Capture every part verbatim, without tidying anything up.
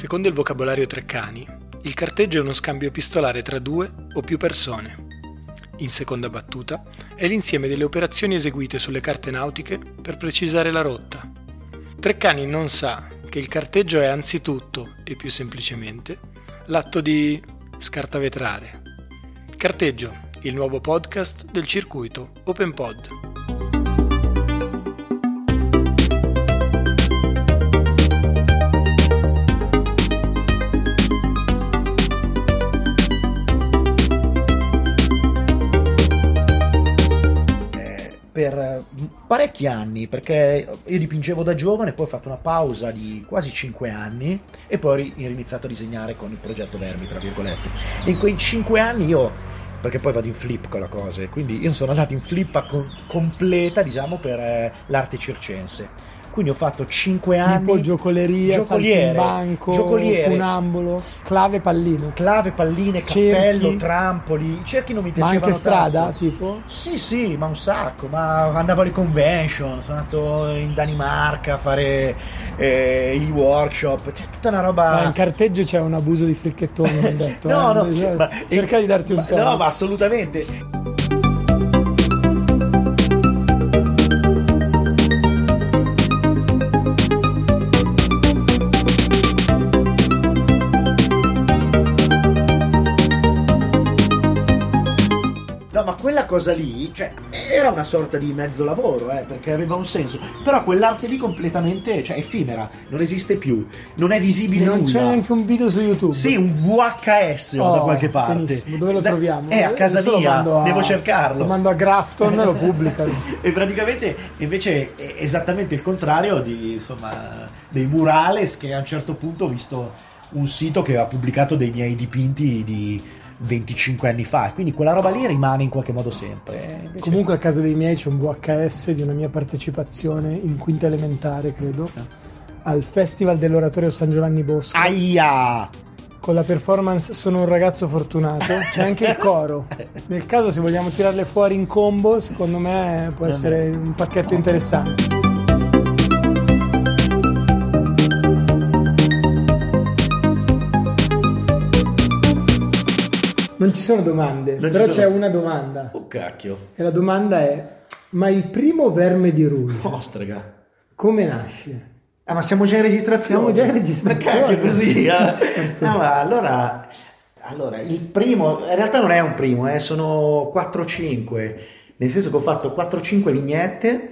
Secondo il vocabolario Treccani, il carteggio è uno scambio epistolare tra due o più persone. In seconda battuta, è l'insieme delle operazioni eseguite sulle carte nautiche per precisare la rotta. Treccani non sa che il carteggio è anzitutto, e più semplicemente, l'atto di scartavetrare. Carteggio, il nuovo podcast del circuito OpenPod. Per parecchi anni, perché io dipingevo da giovane, poi ho fatto una pausa di quasi cinque anni e poi ho iniziato a disegnare con il progetto Vermi, tra virgolette. In quei cinque anni io, perché poi vado in flip con la cosa, quindi io sono andato in flip con, completa, diciamo, per eh, l'arte circense. Quindi ho fatto cinque anni tipo giocoleria, giocoliere, banco, giocoliere, funambolo, clave, pallino. Clave, palline, cerchi, cappello, trampoli. Cerchi non mi piacevano. Ma anche strada, tanto. tipo? Sì, sì, ma un sacco. Ma andavo alle convention, sono andato in Danimarca a fare eh, i workshop. C'è tutta una roba. Ma in carteggio c'è un abuso di fricchettoni, ho detto. no, eh? no, ma, cerca di darti un ma, tono. No, ma assolutamente. Ma quella cosa lì, cioè, era una sorta di mezzo lavoro, eh, perché aveva un senso. Però quell'arte lì completamente, cioè, effimera, non esiste più, non è visibile non nulla. C'è neanche un video su YouTube. Sì, un V H S oh, da qualche parte. Benissimo. Dove lo da, troviamo? È a casa Adesso mia, a, devo cercarlo. Lo mando a Grafton e lo pubblicano. E praticamente invece è esattamente il contrario di, insomma, dei murales, che a un certo punto ho visto un sito che ha pubblicato dei miei dipinti di venticinque anni fa, quindi quella roba lì rimane in qualche modo sempre. Invece... Comunque a casa dei miei c'è un V H S di una mia partecipazione in quinta elementare, credo, al Festival dell'Oratorio San Giovanni Bosco. Aia! Con la performance Sono un ragazzo fortunato. C'è anche il coro. Nel caso, se vogliamo tirarle fuori in combo, secondo me può essere un pacchetto interessante. Non ci sono domande, non però sono... c'è una domanda. Oh cacchio. E la domanda è: ma il primo Verme di Rouge Ostrega, come nasce? Ah, ma siamo già in registrazione? Siamo già in registrazione. Ma cacchio, così, eh? Certo. No, ma allora, allora, il primo, in realtà non è un primo, eh, sono quattro cinque, nel senso che ho fatto quattro cinque vignette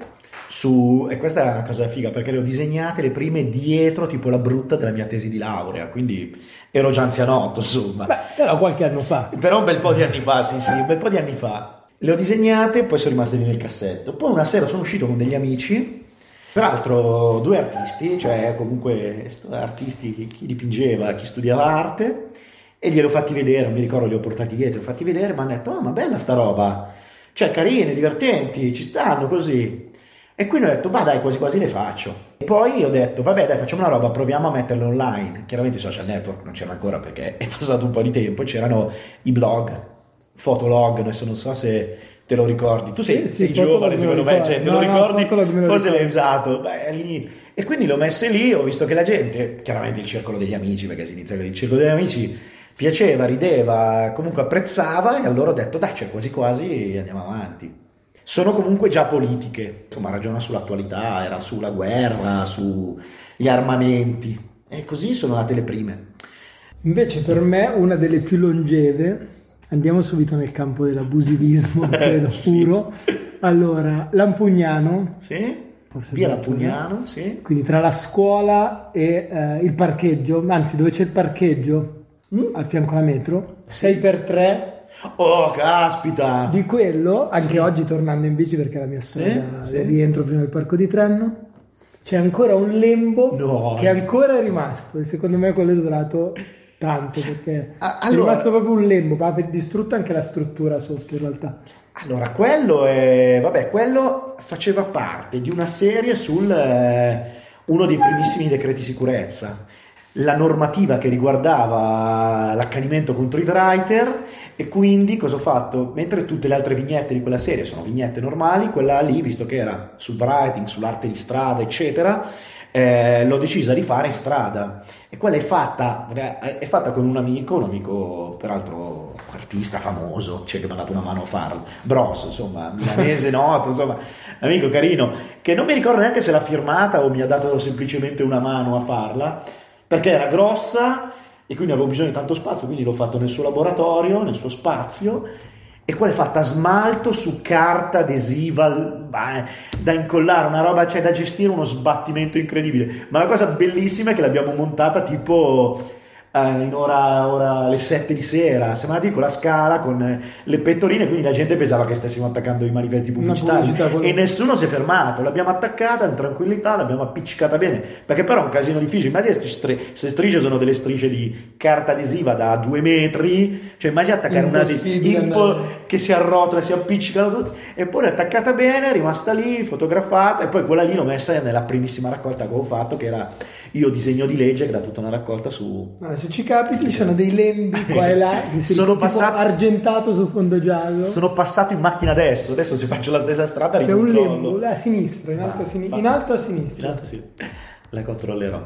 su, e questa è una cosa figa perché le ho disegnate le prime dietro tipo la brutta della mia tesi di laurea, quindi ero già anzianotto, insomma. Beh, però qualche anno fa. Però un bel po' di anni fa, sì sì, un bel po' di anni fa. Le ho disegnate, poi sono rimaste lì nel cassetto. Poi una sera sono uscito con degli amici, peraltro due artisti, cioè comunque artisti, chi dipingeva, chi studiava arte, e gliel'ho fatti vedere, non mi ricordo, li ho portati dietro, li ho fatti vedere, mi hanno detto: oh, ma bella sta roba, cioè carine, divertenti, ci stanno così. E quindi ho detto: bah dai, quasi quasi le faccio. E poi ho detto: vabbè dai, facciamo una roba, proviamo a metterle online. Chiaramente i social network non c'erano ancora perché è passato un po' di tempo, c'erano i blog, Fotolog, adesso non so se te lo ricordi. Tu sei, sì, sei giovane secondo me, cioè, te no, lo no, ricordi, forse l'hai usato. Beh, all'inizio. E quindi l'ho messe lì, ho visto che la gente, chiaramente il circolo degli amici, perché si inizia con il circolo degli amici, piaceva, rideva, comunque apprezzava, e allora ho detto: dai, cioè quasi quasi andiamo avanti. Sono comunque già politiche, insomma, ragiona sull'attualità, era sulla guerra, sugli armamenti, e così sono nate le prime. Invece per me una delle più longeve, andiamo subito nel campo dell'abusivismo, credo puro. Allora, Lampugnano. Sì, via Lampugnano, sì. Quindi tra la scuola e eh, il parcheggio, anzi dove c'è il parcheggio, mm? Al fianco alla metro, sei per tre. Oh, caspita! Di quello, anche sì. Oggi tornando in bici perché la mia strada sì, sì. Rientro prima del parco di Trenno, c'è ancora un lembo no. che ancora è rimasto, e secondo me quello è durato tanto perché allora, è rimasto proprio un lembo, ma ha distrutto anche la struttura sotto in realtà. Allora, quello è, vabbè, quello faceva parte di una serie sul eh, uno dei primissimi decreti sicurezza, la normativa che riguardava l'accanimento contro i writer, E quindi cosa ho fatto? Mentre tutte le altre vignette di quella serie sono vignette normali, quella lì, visto che era sul writing, sull'arte di strada, eccetera, eh, l'ho decisa di fare in strada. E quella è fatta, è fatta con un amico, un amico peraltro artista famoso, cioè che mi ha dato una mano a farlo, Bros, insomma, milanese noto, insomma, amico carino, che non mi ricordo neanche se l'ha firmata o mi ha dato semplicemente una mano a farla, perché era grossa e quindi avevo bisogno di tanto spazio, quindi l'ho fatto nel suo laboratorio, nel suo spazio, e quella è fatta a smalto su carta adesiva, bah, da incollare, una roba, c'è da gestire, uno sbattimento incredibile, ma la cosa bellissima è che l'abbiamo montata tipo eh, in ora, ora alle sette di sera, siamo andati con la scala, con le pettorine, quindi la gente pensava che stessimo attaccando i manifesti pubblicitari e nessuno si è fermato, l'abbiamo attaccata in tranquillità, l'abbiamo appiccicata bene, perché però è un casino difficile. Immagina queste strisce sono delle strisce di carta adesiva da due metri, cioè immagina attaccare una di, impo, che si arrotola, si appiccicano tutti, eppure attaccata bene, è rimasta lì, fotografata, e poi quella lì l'ho messa nella primissima raccolta che avevo fatto, che era Io disegno di legge, che era tutta una raccolta su... Ah, se ci capiti ci sono dei lembi qua e là, sono passato argentato su fondo giallo. Sono passato in macchina adesso, adesso se faccio la stessa strada c'è un lembo a sinistra, in alto, ah, a, sin- in alto a sinistra. In alto, sì. La controllerò.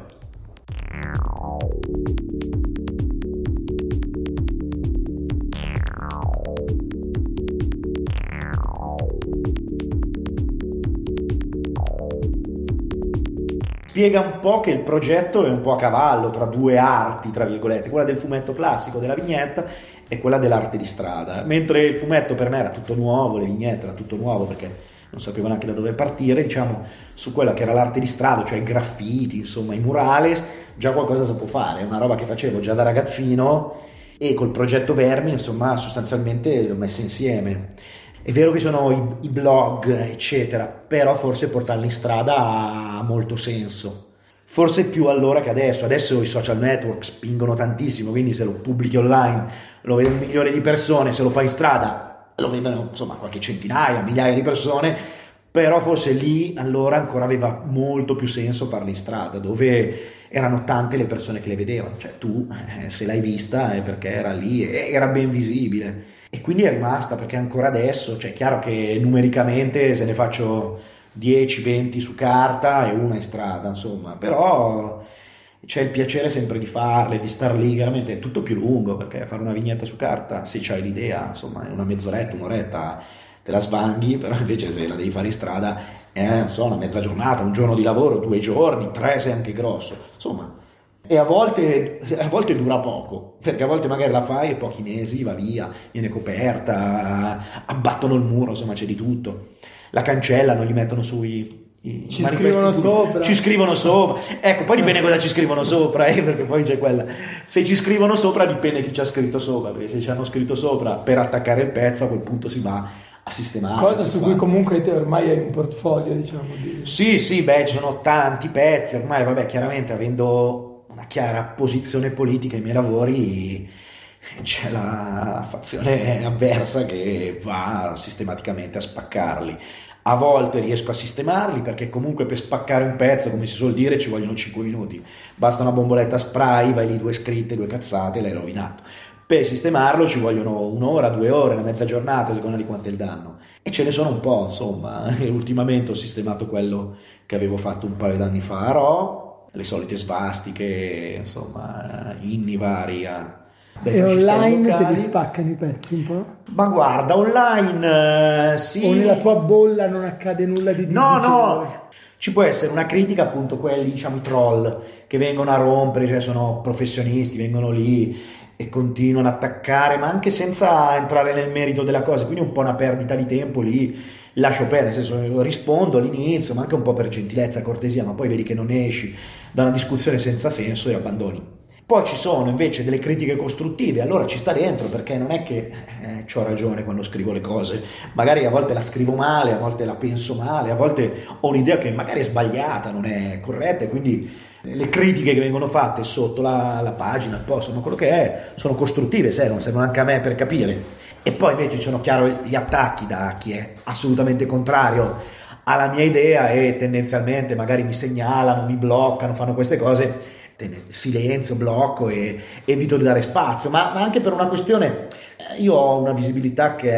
Spiega un po' che il progetto è un po' a cavallo tra due arti, tra virgolette, quella del fumetto classico, della vignetta, e quella dell'arte di strada. Mentre il fumetto per me era tutto nuovo, le vignette era tutto nuovo perché non sapevo neanche da dove partire, diciamo, su quella che era l'arte di strada, cioè i graffiti, insomma, i murales, già qualcosa sapevo fare, è una roba che facevo già da ragazzino, e col progetto Vermi, insomma, sostanzialmente l'ho messa insieme. È vero che sono i, i blog, eccetera, però forse portarli in strada ha molto senso. Forse più allora che adesso. Adesso i social network spingono tantissimo, quindi se lo pubblichi online lo vede un milione di persone, se lo fai in strada lo vedono insomma qualche centinaia, migliaia di persone, però forse lì allora ancora aveva molto più senso farli in strada, dove erano tante le persone che le vedevano. Cioè tu, eh, se l'hai vista è perché era lì e era ben visibile. E quindi è rimasta, perché ancora adesso, cioè è chiaro che numericamente se ne faccio dieci venti su carta e una in strada, insomma, però c'è il piacere sempre di farle, di star lì, chiaramente è tutto più lungo, perché fare una vignetta su carta, se c'hai l'idea, insomma, in una mezz'oretta, un'oretta te la svanghi, però invece se la devi fare in strada è, non so, una mezza giornata, un giorno di lavoro, due giorni, tre se è anche grosso, insomma. E a volte, a volte dura poco, perché a volte magari la fai e pochi mesi va via, viene coperta, abbattono il muro, insomma c'è di tutto. La cancellano, gli mettono sui... I ci scrivono sopra. Ci scrivono sopra. Ecco, poi dipende cosa ci scrivono sopra, eh, perché poi c'è quella. Se ci scrivono sopra dipende chi ci ha scritto sopra, perché se ci hanno scritto sopra per attaccare il pezzo, a quel punto si va a sistemare. Cosa su cui comunque te ormai hai un portfolio, diciamo. Di... Sì, sì, beh, ci sono tanti pezzi, ormai, vabbè, chiaramente avendo una chiara posizione politica ai miei lavori c'è la fazione avversa che va sistematicamente a spaccarli. A volte riesco a sistemarli, perché comunque per spaccare un pezzo, come si suol dire, ci vogliono cinque minuti, basta una bomboletta spray, vai lì due scritte, due cazzate, l'hai rovinato. Per sistemarlo ci vogliono un'ora, due ore, una mezza giornata, a seconda di quanto è il danno, e ce ne sono un po', insomma. E ultimamente ho sistemato quello che avevo fatto un paio d'anni fa a Ro, le solite svastiche, insomma, inni vari a... E online te li spaccano i pezzi un po'? Ma guarda, online eh, sì. O nella tua bolla non accade nulla di No, difficile? no, ci può essere una critica, appunto, quelli, diciamo, i troll che vengono a rompere, cioè sono professionisti, vengono lì e continuano ad attaccare, ma anche senza entrare nel merito della cosa, quindi un po' una perdita di tempo lì. Lascio perdere, nel senso, rispondo all'inizio, ma anche un po' per gentilezza, cortesia, ma poi vedi che non esci da una discussione senza senso e abbandoni. Poi ci sono invece delle critiche costruttive, allora ci sta dentro, perché non è che eh, c'ho ragione quando scrivo le cose, magari a volte la scrivo male, a volte la penso male, a volte ho un'idea che magari è sbagliata, non è corretta, e quindi le critiche che vengono fatte sotto la, la pagina, il post, ma quello che è, sono costruttive, servono, servono anche a me per capire. E poi invece ci sono, chiaro, gli attacchi da chi è assolutamente contrario alla mia idea e tendenzialmente magari mi segnalano, mi bloccano, fanno queste cose. Silenzio, blocco e evito di dare spazio, ma, ma anche per una questione, io ho una visibilità che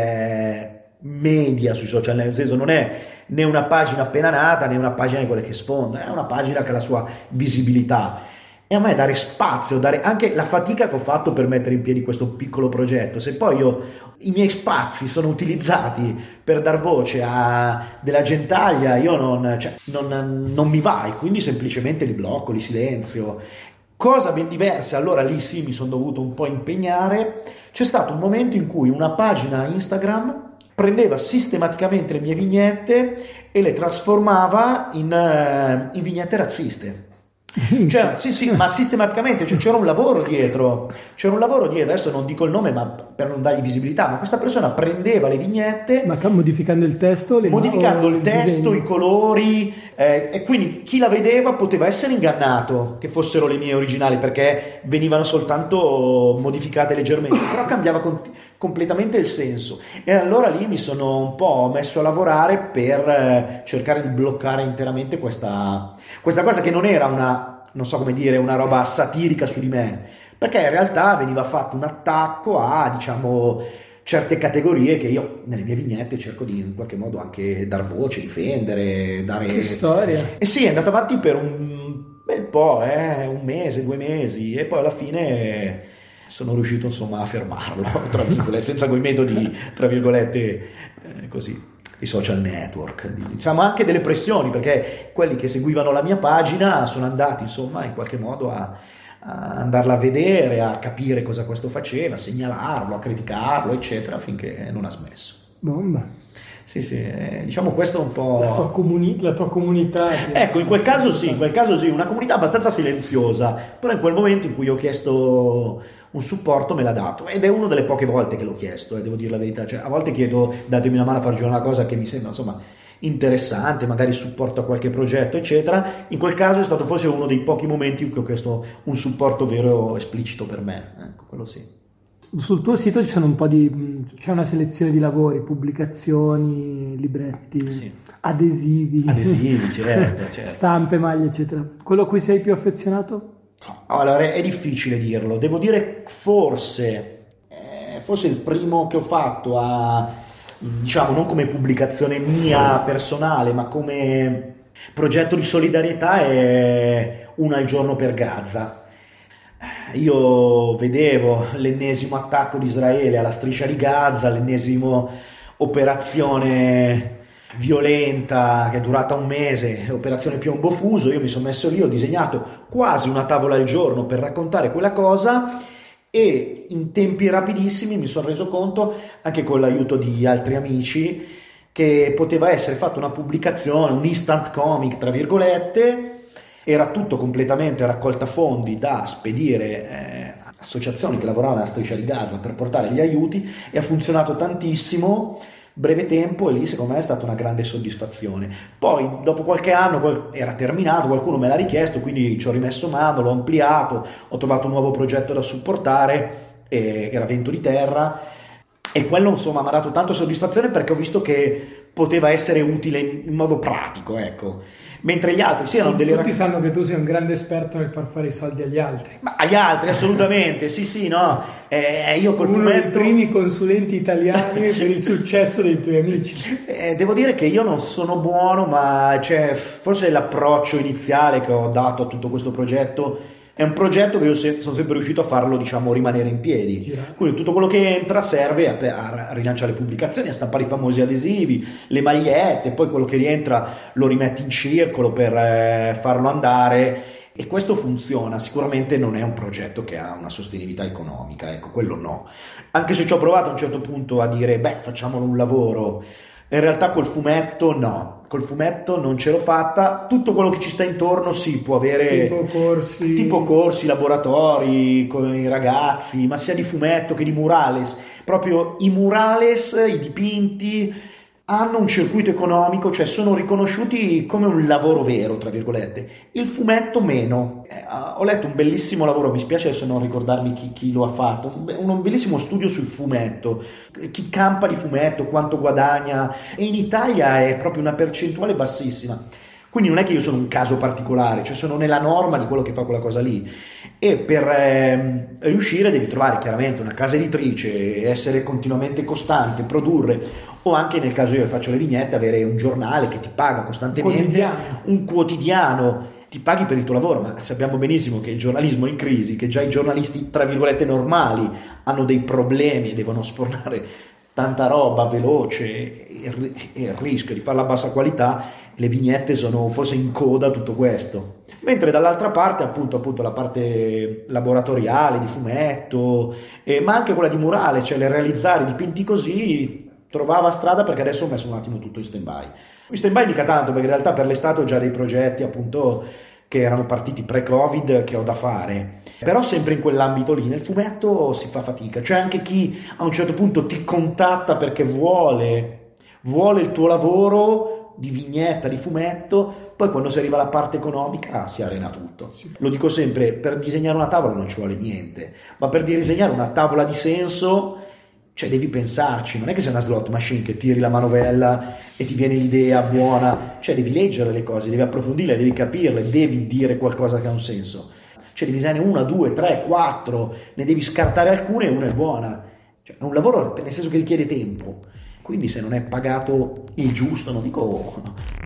è media sui social, nel senso non è né una pagina appena nata né una pagina di quelle che sfonda, è una pagina che ha la sua visibilità. E a me dare spazio, dare anche la fatica che ho fatto per mettere in piedi questo piccolo progetto, se poi io, i miei spazi sono utilizzati per dar voce a della gentaglia, io non, cioè, non, non mi va, e quindi semplicemente li blocco, li silenzio. Cosa ben diversa, allora lì sì mi sono dovuto un po' impegnare. C'è stato un momento in cui una pagina Instagram prendeva sistematicamente le mie vignette e le trasformava in, in vignette razziste. Cioè, sì, sì, ma sistematicamente, cioè, c'era un lavoro dietro, c'era un lavoro dietro, adesso non dico il nome ma per non dargli visibilità, ma questa persona prendeva le vignette, ma modificando il testo, le modificando il testo, disegni. I colori, eh, e quindi chi la vedeva poteva essere ingannato che fossero le mie originali, perché venivano soltanto modificate leggermente, però cambiava con, completamente il senso. E allora lì mi sono un po' messo a lavorare per eh, cercare di bloccare interamente questa, questa cosa, che non era una, non so come dire, una roba satirica su di me, perché in realtà veniva fatto un attacco a, diciamo, certe categorie che io nelle mie vignette cerco di in qualche modo anche dar voce, difendere, dare... Che storia! E sì, è andato avanti per un bel po', eh, un mese, due mesi, e poi alla fine sono riuscito insomma a fermarlo, tra virgolette, senza quei metodi, tra virgolette, eh, così, i social network, diciamo anche delle pressioni, perché quelli che seguivano la mia pagina sono andati insomma in qualche modo a, a andarla a vedere, a capire cosa questo faceva, a segnalarlo, a criticarlo, eccetera, finché non ha smesso. Bomba. Sì, sì, eh, diciamo questo è un po'... La tua, comuni- la tua comunità. Ecco, in quel caso sì, in quel caso sì, una comunità abbastanza silenziosa, però in quel momento in cui ho chiesto un supporto me l'ha dato, ed è una delle poche volte che l'ho chiesto, eh, devo dire la verità, cioè a volte chiedo datemi una mano a far girare una cosa che mi sembra insomma interessante, magari supporto a qualche progetto eccetera. In quel caso è stato forse uno dei pochi momenti in cui ho chiesto un supporto vero esplicito per me, ecco, quello sì. Sul tuo sito ci sono un po' di, c'è una selezione di lavori, pubblicazioni, libretti, sì. adesivi, adesivi certo, certo. stampe, maglie eccetera. Quello a cui sei più affezionato? Allora, è difficile dirlo, devo dire forse, eh, forse il primo che ho fatto a, diciamo, non come pubblicazione mia personale, ma come progetto di solidarietà è Una al giorno per Gaza. Io vedevo l'ennesimo attacco di Israele alla striscia di Gaza, l'ennesimo operazione violenta che è durata un mese, operazione piombo fuso. Io mi sono messo lì, ho disegnato quasi una tavola al giorno per raccontare quella cosa, e in tempi rapidissimi mi sono reso conto, anche con l'aiuto di altri amici, che poteva essere fatta una pubblicazione, un instant comic tra virgolette. Era tutto completamente raccolta fondi da spedire eh, associazioni che lavoravano alla striscia di Gaza per portare gli aiuti, e ha funzionato tantissimo, breve tempo, e lì secondo me è stata una grande soddisfazione. Poi dopo qualche anno era terminato, qualcuno me l'ha richiesto, quindi ci ho rimesso mano, l'ho ampliato, ho trovato un nuovo progetto da supportare, eh, era Vento di Terra, e quello insomma mi ha dato tanta soddisfazione perché ho visto che poteva essere utile in modo pratico, ecco. Mentre gli altri sì, erano delle tutti rac- sanno che tu sei un grande esperto nel far fare i soldi agli altri. Ma agli altri assolutamente, sì sì, no, eh, io col uno fumetto... dei primi consulenti italiani per il successo dei tuoi amici. Eh, devo dire che io non sono buono, ma cioè, forse l'approccio iniziale che ho dato a tutto questo progetto è un progetto che io se- sono sempre riuscito a farlo, diciamo, rimanere in piedi. Girare. Quindi tutto quello che entra serve a, a rilanciare le pubblicazioni, a stampare i famosi adesivi, le magliette, poi quello che rientra lo rimetti in circolo per eh, farlo andare, e questo funziona. Sicuramente non è un progetto che ha una sostenibilità economica, ecco, quello no. Anche se ci ho provato a un certo punto a dire, beh, facciamolo un lavoro. In realtà col fumetto no, col fumetto non ce l'ho fatta. Tutto quello che ci sta intorno sì, può avere tipo corsi, tipo corsi, laboratori con i ragazzi, ma sia di fumetto che di murales. Proprio i murales, i dipinti hanno un circuito economico, cioè sono riconosciuti come un lavoro vero, tra virgolette. Il fumetto meno. Eh, ho letto un bellissimo lavoro, mi spiace adesso non ricordarmi chi, chi lo ha fatto, un, un bellissimo studio sul fumetto, chi campa di fumetto, quanto guadagna, e in Italia è proprio una percentuale bassissima. Quindi non è che io sono un caso particolare, cioè sono nella norma di quello che fa quella cosa lì. E per eh, riuscire devi trovare chiaramente una casa editrice, essere continuamente costante, produrre, o anche nel caso io che faccio le vignette, avere un giornale che ti paga costantemente, quotidiano. un quotidiano, ti paghi per il tuo lavoro, ma sappiamo benissimo che il giornalismo è in crisi, che già i giornalisti tra virgolette normali hanno dei problemi e devono sfornare tanta roba veloce e il rischio di farla a bassa qualità. Le vignette sono forse in coda a tutto questo, mentre dall'altra parte appunto, appunto la parte laboratoriale di fumetto, eh, ma anche quella di murale, cioè le realizzare dipinti così, trovava strada, perché adesso ho messo un attimo tutto in stand by. In stand by mica tanto, perché in realtà per l'estate ho già dei progetti appunto che erano partiti pre-Covid che ho da fare, però sempre in quell'ambito lì. Nel fumetto si fa fatica, cioè anche chi a un certo punto ti contatta perché vuole vuole il tuo lavoro di vignetta, di fumetto, poi quando si arriva alla parte economica si arena tutto. Sì. Lo dico sempre, per disegnare una tavola non ci vuole niente, ma per disegnare una tavola di senso, cioè devi pensarci, non è che sei una slot machine che tiri la manovella e ti viene l'idea buona, cioè devi leggere le cose, devi approfondirle, devi capirle, devi dire qualcosa che ha un senso, cioè devi disegnare una, due, tre, quattro, ne devi scartare alcune e una è buona, cioè è un lavoro nel senso che richiede tempo. Quindi se non è pagato il giusto, non dico...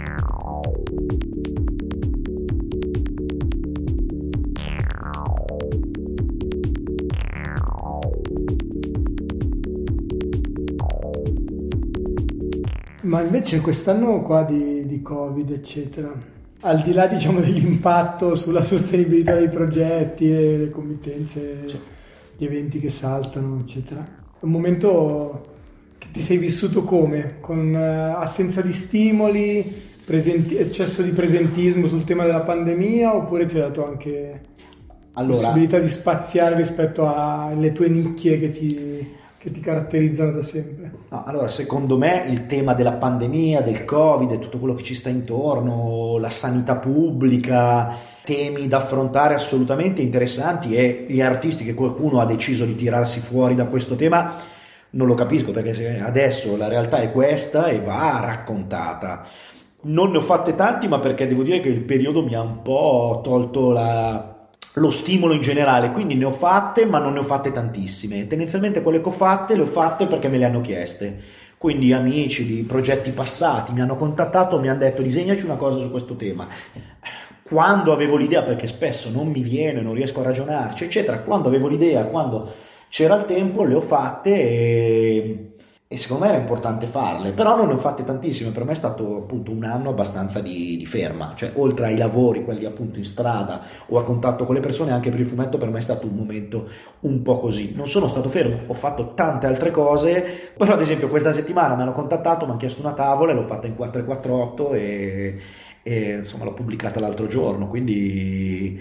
Ma invece quest'anno qua di, di Covid, eccetera, al di là diciamo dell'impatto sulla sostenibilità dei progetti e le committenze, sì, gli eventi che saltano, eccetera, è un momento... Ti sei vissuto come? Con uh, assenza di stimoli, presenti- eccesso di presentismo sul tema della pandemia, oppure ti ha dato anche allora, possibilità di spaziare rispetto alle tue nicchie che ti, che ti caratterizzano da sempre? No, allora, secondo me il tema della pandemia, del Covid e tutto quello che ci sta intorno, la sanità pubblica, temi da affrontare assolutamente interessanti, e gli artisti che qualcuno ha deciso di tirarsi fuori da questo tema non lo capisco, perché se adesso la realtà è questa e va raccontata. Non ne ho fatte tanti, ma perché devo dire che il periodo mi ha un po' tolto la, lo stimolo in generale, quindi ne ho fatte, ma non ne ho fatte tantissime. Tendenzialmente quelle che ho fatte le ho fatte perché me le hanno chieste, quindi amici di progetti passati mi hanno contattato, mi hanno detto disegnaci una cosa su questo tema. Quando avevo l'idea, perché spesso non mi viene, non riesco a ragionarci eccetera, quando avevo l'idea, quando c'era il tempo, le ho fatte e, e secondo me era importante farle, però non ne ho fatte tantissime. Per me è stato appunto un anno abbastanza di, di ferma, cioè oltre ai lavori, quelli appunto in strada o a contatto con le persone, anche per il fumetto per me è stato un momento un po' così. Non sono stato fermo, ho fatto tante altre cose, però ad esempio questa settimana mi hanno contattato, mi hanno chiesto una tavola e l'ho fatta in quattro e quarantotto e, e insomma l'ho pubblicata l'altro giorno, quindi...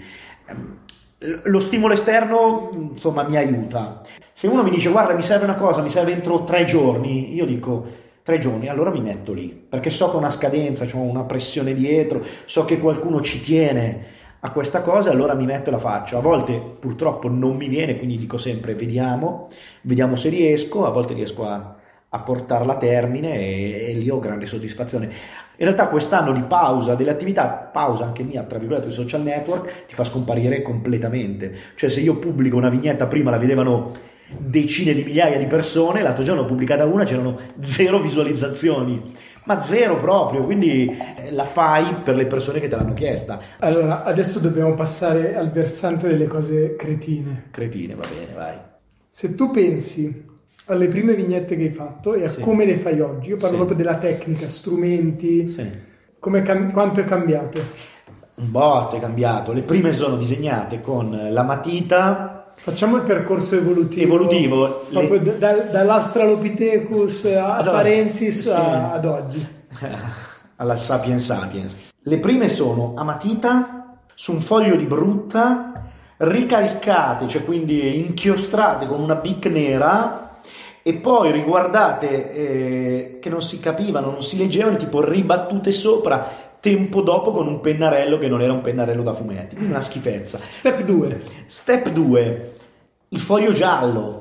lo stimolo esterno insomma mi aiuta. Se uno mi dice guarda mi serve una cosa, mi serve entro tre giorni, io dico tre giorni, allora mi metto lì, perché so che ho una scadenza, c'ho una pressione dietro, so che qualcuno ci tiene a questa cosa, allora mi metto e la faccio. A volte purtroppo non mi viene, quindi dico sempre vediamo, vediamo se riesco, a volte riesco a, a portarla a termine e, e lì ho grande soddisfazione. In realtà quest'anno di pausa delle attività, pausa anche mia tra virgolette sui social network, ti fa scomparire completamente. Cioè se io pubblico una vignetta, prima la vedevano decine di migliaia di persone, l'altro giorno ho pubblicata una, c'erano zero visualizzazioni, ma zero proprio, quindi la fai per le persone che te l'hanno chiesta. Allora adesso dobbiamo passare al versante delle cose cretine. Cretine, va bene, vai. Se tu pensi alle prime vignette che hai fatto e a sì. come le fai oggi, io parlo sì. proprio della tecnica, strumenti, sì. come cam- quanto è cambiato? Un botto è cambiato. Le prime sono disegnate con la matita. Facciamo il percorso evolutivo, evolutivo proprio le... da, dall'Australopithecus a allora, Farensis sì. a, ad oggi alla Sapiens Sapiens. Le prime sono a matita su un foglio di brutta, ricalcate, cioè quindi inchiostrate con una bic nera, e poi riguardate eh, che non si capivano, non si leggevano, tipo ribattute sopra tempo dopo con un pennarello che non era un pennarello da fumetti, quindi una schifezza. Step due. Step due, il foglio giallo.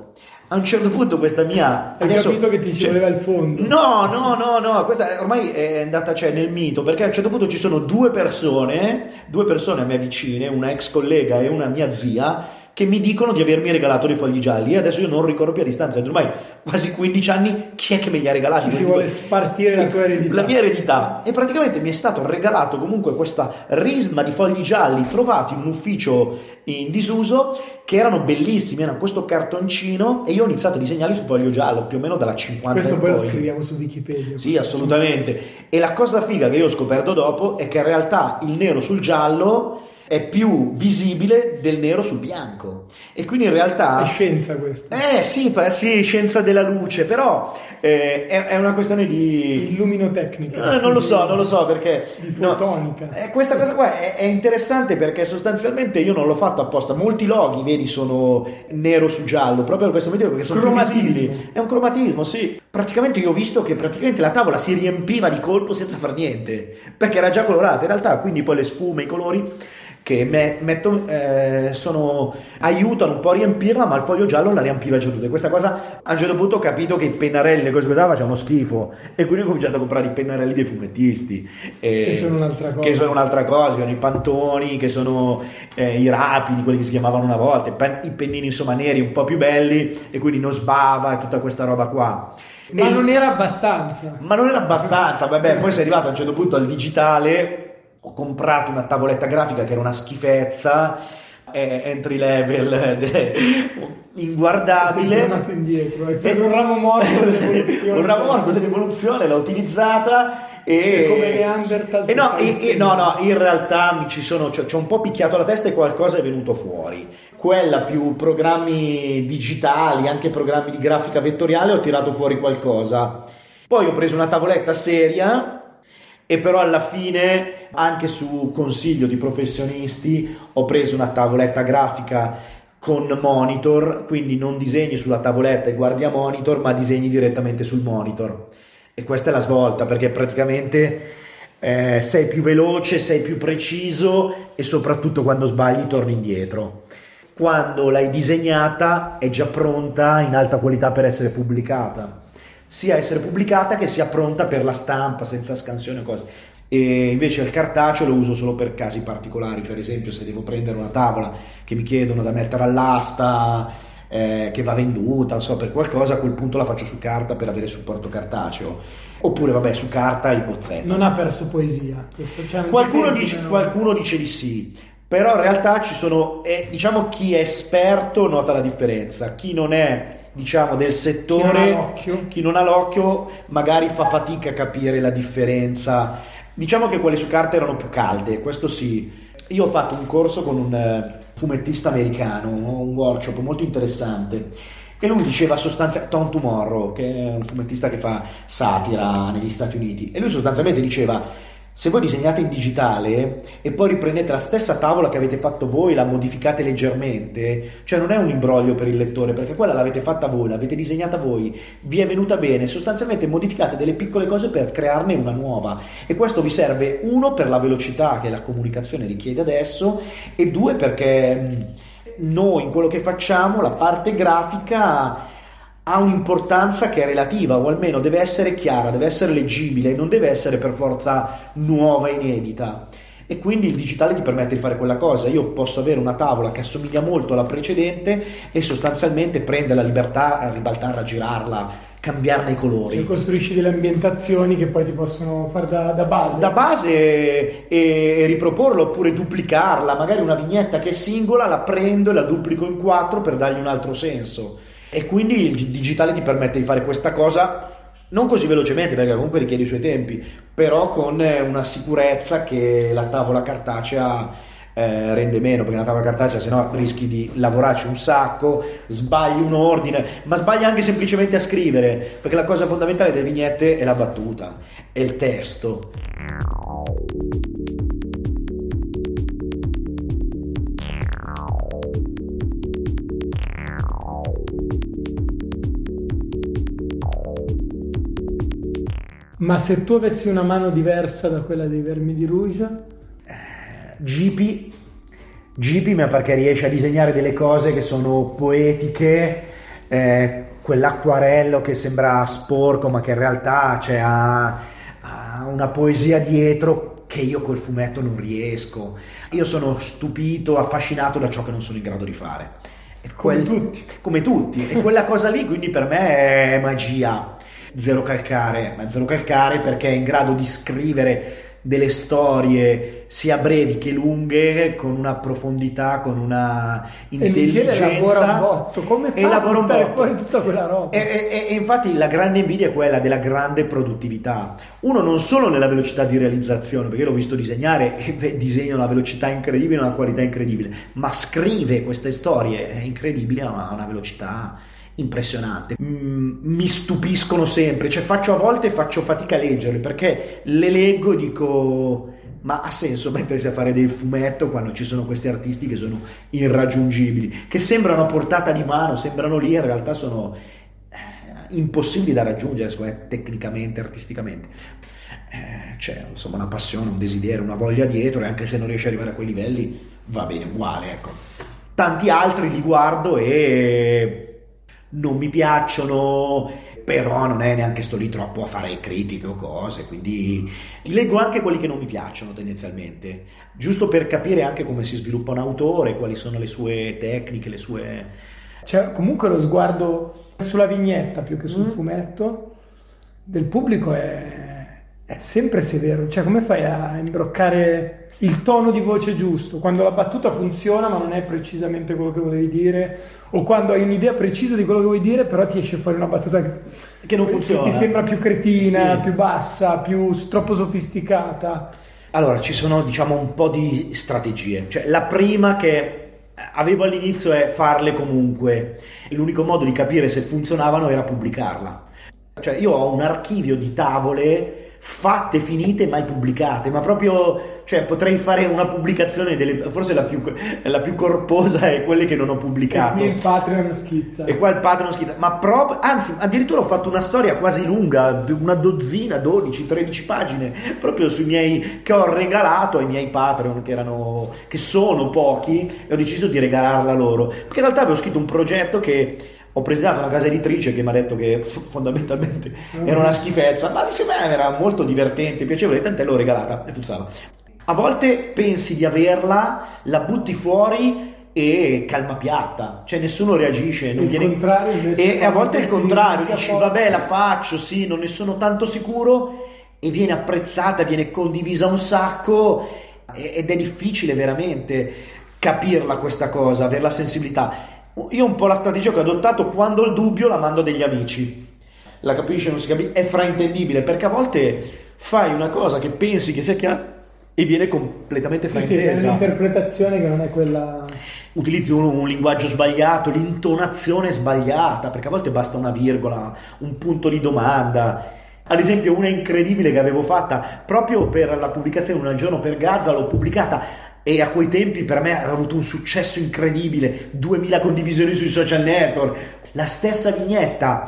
A un certo punto questa mia... Hai adesso, capito che ti ci cioè, voleva il fondo? No, no, no, no, questa ormai è andata cioè, nel mito, perché a un certo punto ci sono due persone, due persone a me vicine, una ex collega e una mia zia, che mi dicono di avermi regalato dei fogli gialli e adesso io non ricordo più a distanza, ormai quasi quindici anni, chi è che me li ha regalati? Chi si vuole spartire la tua eredità? La mia eredità. E praticamente mi è stato regalato comunque questa risma di fogli gialli trovati in un ufficio in disuso, che erano bellissimi, erano questo cartoncino e io ho iniziato a disegnarli su foglio giallo più o meno dalla cinquanta questo in poi poi. Lo scriviamo su Wikipedia. Sì, assolutamente. E la cosa figa che io ho scoperto dopo è che in realtà il nero sul giallo è più visibile del nero sul bianco e quindi in realtà è scienza questa. Eh sì, sì, scienza della luce, però eh, è, è una questione di illuminotecnica. Eh, non lo so, non lo so perché di fotonica. No, eh, questa cosa qua è, è interessante perché sostanzialmente io non l'ho fatto apposta. Molti loghi, vedi, sono nero su giallo proprio per questo motivo, perché sono cromatismo. Più visibili. È un cromatismo, sì. Praticamente io ho visto che praticamente la tavola si riempiva di colpo senza far niente perché era già colorata in realtà, quindi poi le spume, i colori che me, metto, eh, sono, aiutano un po' a riempirla, ma il foglio giallo la riempiva già tutta. E questa cosa a un certo punto ho capito che i pennarelli, le cose che dava facevano schifo e quindi ho cominciato a comprare i pennarelli dei fumettisti eh, che sono un'altra cosa, che sono un'altra cosa, che sono i pantoni, che sono eh, i rapidi, quelli che si chiamavano una volta, i, pen, i pennini insomma neri un po' più belli e quindi non sbava e tutta questa roba qua. Ma e, non era abbastanza ma non era abbastanza, vabbè, poi sei arrivato a un certo punto al digitale. Ho comprato una tavoletta grafica che era una schifezza, eh, entry level, eh, inguardabile. Sei tornato indietro, hai preso un ramo morto dell'evoluzione. Un ramo morto dell'evoluzione, l'ho utilizzata e, e come Neanderthal. E no, e, e, no, no, in realtà mi ci sono, cioè, ci ho un po' picchiato la testa e qualcosa è venuto fuori. Quella più programmi digitali, anche programmi di grafica vettoriale, ho tirato fuori qualcosa. Poi ho preso una tavoletta seria. E però alla fine, anche su consiglio di professionisti, ho preso una tavoletta grafica con monitor, quindi non disegni sulla tavoletta e guardi a monitor, ma disegni direttamente sul monitor. E questa è la svolta, perché praticamente eh, sei più veloce, sei più preciso e soprattutto quando sbagli torni indietro. Quando l'hai disegnata è già pronta in alta qualità per essere pubblicata. Sia essere pubblicata che sia pronta per la stampa senza scansione o cose. E invece il cartaceo lo uso solo per casi particolari, cioè ad esempio se devo prendere una tavola che mi chiedono da mettere all'asta, eh, che va venduta, non so, per qualcosa, a quel punto la faccio su carta per avere supporto cartaceo, oppure vabbè su carta il bozzetto. Non ha perso poesia questo, cioè, qualcuno, dice, no? qualcuno dice di sì, però in realtà ci sono, eh, diciamo, chi è esperto nota la differenza, chi non è, diciamo, del settore, chi non, chi non ha l'occhio magari fa fatica a capire la differenza. Diciamo che quelle su carta erano più calde, questo sì. Io ho fatto un corso con un fumettista americano, un workshop molto interessante, e lui diceva sostanzialmente, Tom Tomorrow, che è un fumettista che fa satira negli Stati Uniti, e lui sostanzialmente diceva: se voi disegnate in digitale e poi riprendete la stessa tavola che avete fatto voi, la modificate leggermente, cioè non è un imbroglio per il lettore, perché quella l'avete fatta voi, l'avete disegnata voi, vi è venuta bene, sostanzialmente modificate delle piccole cose per crearne una nuova, e questo vi serve, uno, per la velocità che la comunicazione richiede adesso, e due, perché noi in quello che facciamo la parte grafica ha un'importanza che è relativa, o almeno deve essere chiara, deve essere leggibile, non deve essere per forza nuova e inedita, e quindi il digitale ti permette di fare quella cosa. Io posso avere una tavola che assomiglia molto alla precedente e sostanzialmente prendere la libertà a ribaltarla, girarla, cambiarne i colori. Cioè costruisci delle ambientazioni che poi ti possono fare da, da base da base e, e riproporla, oppure duplicarla, magari una vignetta che è singola la prendo e la duplico in quattro per dargli un altro senso. E quindi il digitale ti permette di fare questa cosa non così velocemente, perché comunque richiede i suoi tempi, però con una sicurezza che la tavola cartacea eh, rende meno, perché una tavola cartacea sennò rischi di lavorarci un sacco, sbagli un ordine, ma sbagli anche semplicemente a scrivere, perché la cosa fondamentale delle vignette è la battuta, è il testo. Ma se tu avessi una mano diversa da quella dei Vermi di Rouge? Eh, Gipi, Gipi, ma perché riesce a disegnare delle cose che sono poetiche, eh, quell'acquarello che sembra sporco ma che in realtà cioè, ha, ha una poesia dietro che io col fumetto non riesco. Io sono stupito, affascinato da ciò che non sono in grado di fare. E come quel, tutti. Come tutti. E quella cosa lì quindi per me è magia. Zero calcare, ma zero calcare perché è in grado di scrivere delle storie sia brevi che lunghe con una profondità, con una intelligenza. E Michele lavora un botto, come fa e lavora a un buttare botto. fuori tutta quella roba? E, e, e infatti la grande invidia è quella della grande produttività. Uno non solo nella velocità di realizzazione, perché io l'ho visto disegnare e disegna una velocità incredibile, una qualità incredibile, ma scrive queste storie incredibili a una, a una velocità impressionante. Mm, mi stupiscono sempre, cioè faccio a volte faccio fatica a leggerle perché le leggo e dico ma ha senso mettersi a fare del fumetto quando ci sono questi artisti che sono irraggiungibili, che sembrano a portata di mano, sembrano lì, in realtà sono eh, impossibili da raggiungere secondo me, tecnicamente, artisticamente. Eh, c'è insomma una passione, un desiderio, una voglia dietro, e anche se non riesci ad arrivare a quei livelli va bene uguale, ecco. Tanti altri li guardo e non mi piacciono, però non è neanche sto lì troppo a fare critiche o cose, quindi leggo anche quelli che non mi piacciono tendenzialmente, giusto per capire anche come si sviluppa un autore, quali sono le sue tecniche, le sue... Cioè, comunque lo sguardo sulla vignetta più che sul mm. fumetto del pubblico è, è sempre severo, cioè come fai a imbroccare il tono di voce giusto, quando la battuta funziona ma non è precisamente quello che volevi dire, o quando hai un'idea precisa di quello che vuoi dire però ti esce fuori una battuta che, che non funziona, che ti sembra più cretina, sì. più bassa, più troppo sofisticata. Allora ci sono diciamo un po' di strategie, cioè la prima che avevo all'inizio è farle comunque, l'unico modo di capire se funzionavano era pubblicarla, cioè io ho un archivio di tavole fatte, finite, mai pubblicate, ma proprio, cioè potrei fare una pubblicazione delle, forse la più, la più corposa è quelle che non ho pubblicato. E qui il Patreon schizza. E qua il Patreon schizza, ma proprio, anzi, addirittura ho fatto una storia quasi lunga, una dozzina, dodici, tredici pagine, proprio sui miei, che ho regalato ai miei Patreon, che erano, che sono pochi, e ho deciso di regalarla loro, perché in realtà avevo scritto un progetto che ho presentato una casa editrice che mi ha detto che fondamentalmente era una schifezza, ma secondo me era molto divertente, piacevole, tant'è l'ho regalata e funzionava. A volte pensi di averla, la butti fuori e calma piatta, cioè nessuno reagisce, non il viene... contrario e, e a volte è il contrario, dici poi... vabbè la faccio, sì, non ne sono tanto sicuro, e viene apprezzata, viene condivisa un sacco, ed è difficile veramente capirla questa cosa, avere la sensibilità. Io un po' la strategia che ho adottato: quando ho il dubbio la mando a degli amici, la capisce, non si capisce, è fraintendibile, perché a volte fai una cosa che pensi che sia chiara e viene completamente fraintesa. Sì, sì, è un'interpretazione che non è quella... Utilizzi un, un linguaggio sbagliato, l'intonazione sbagliata, perché a volte basta una virgola, un punto di domanda. Ad esempio una incredibile che avevo fatta proprio per la pubblicazione Un giorno per Gaza, l'ho pubblicata e a quei tempi per me aveva avuto un successo incredibile, duemila condivisioni sui social network. La stessa vignetta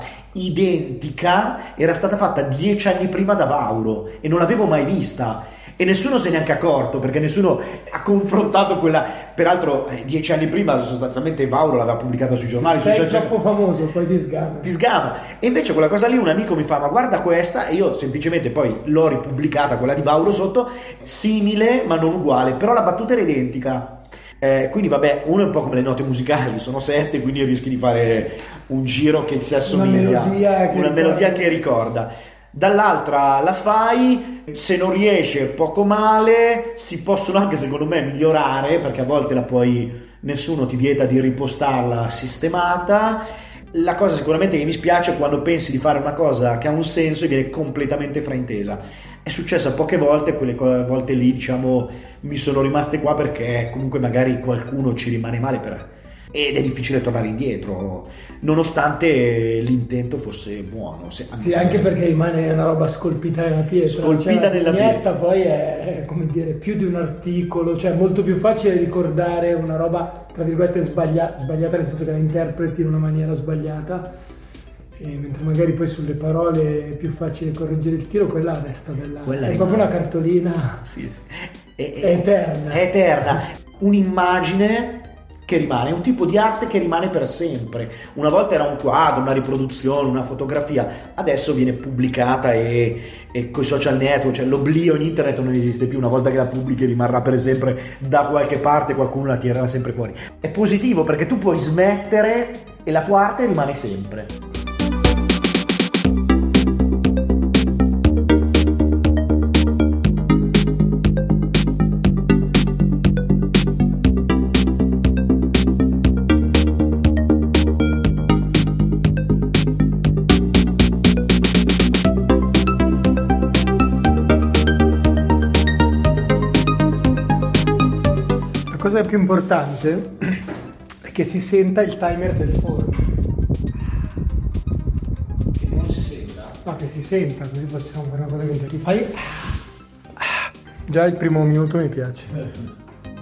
identica era stata fatta dieci anni prima da Vauro e non l'avevo mai vista, e nessuno se ne è neanche accorto, perché nessuno ha confrontato quella. Peraltro eh, dieci anni prima sostanzialmente Vauro l'aveva pubblicata sui giornali. Se sei sui troppo famoso poi ti sgama. ti sgama. E invece quella cosa lì un amico mi fa: ma guarda questa, e io semplicemente poi l'ho ripubblicata, quella di Vauro sotto, simile ma non uguale, però la battuta era identica. Eh, quindi vabbè, uno è un po' come le note musicali, sono sette, quindi rischi di fare un giro che si assomiglia, una melodia che, una ricorda. melodia che ricorda. Dall'altra la fai, se non riesce poco male, si possono anche secondo me migliorare, perché a volte la puoi, nessuno ti vieta di ripostarla sistemata. La cosa sicuramente che mi spiace è quando pensi di fare una cosa che ha un senso e viene completamente fraintesa. È successa poche volte, quelle volte lì diciamo mi sono rimaste qua perché comunque magari qualcuno ci rimane male per... ed è difficile tornare indietro, nonostante l'intento fosse buono. Se, sì, anche perché rimane una roba scolpita nella pietra. Scolpita cioè, nella la vignetta pietra. poi è, come dire, più di un articolo, cioè è molto più facile ricordare una roba, tra virgolette, sbaglia- sbagliata, nel senso che la interpreti in una maniera sbagliata, e mentre magari poi sulle parole è più facile correggere il tiro, quella resta bella. Quella è rimane. proprio una cartolina Sì, sì. È, è eterna. È eterna. Un'immagine che rimane, è un tipo di arte che rimane per sempre. Una volta era un quadro, una riproduzione, una fotografia, adesso viene pubblicata e, e con i social network, cioè l'oblio in internet non esiste più, una volta che la pubblichi rimarrà per sempre da qualche parte, qualcuno la tirerà sempre fuori. È positivo perché tu puoi smettere e la tua arte rimane sempre. La cosa più importante è che si senta il timer del forno. Che non si senta? No, che si senta, così possiamo fare una cosa mentre ti fai. Già il primo minuto mi piace.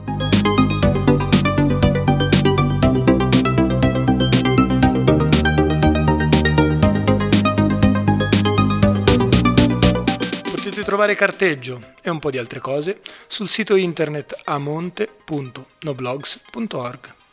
Potete trovare carteggio e un po' di altre cose sul sito internet amonte punto noblogs punto org.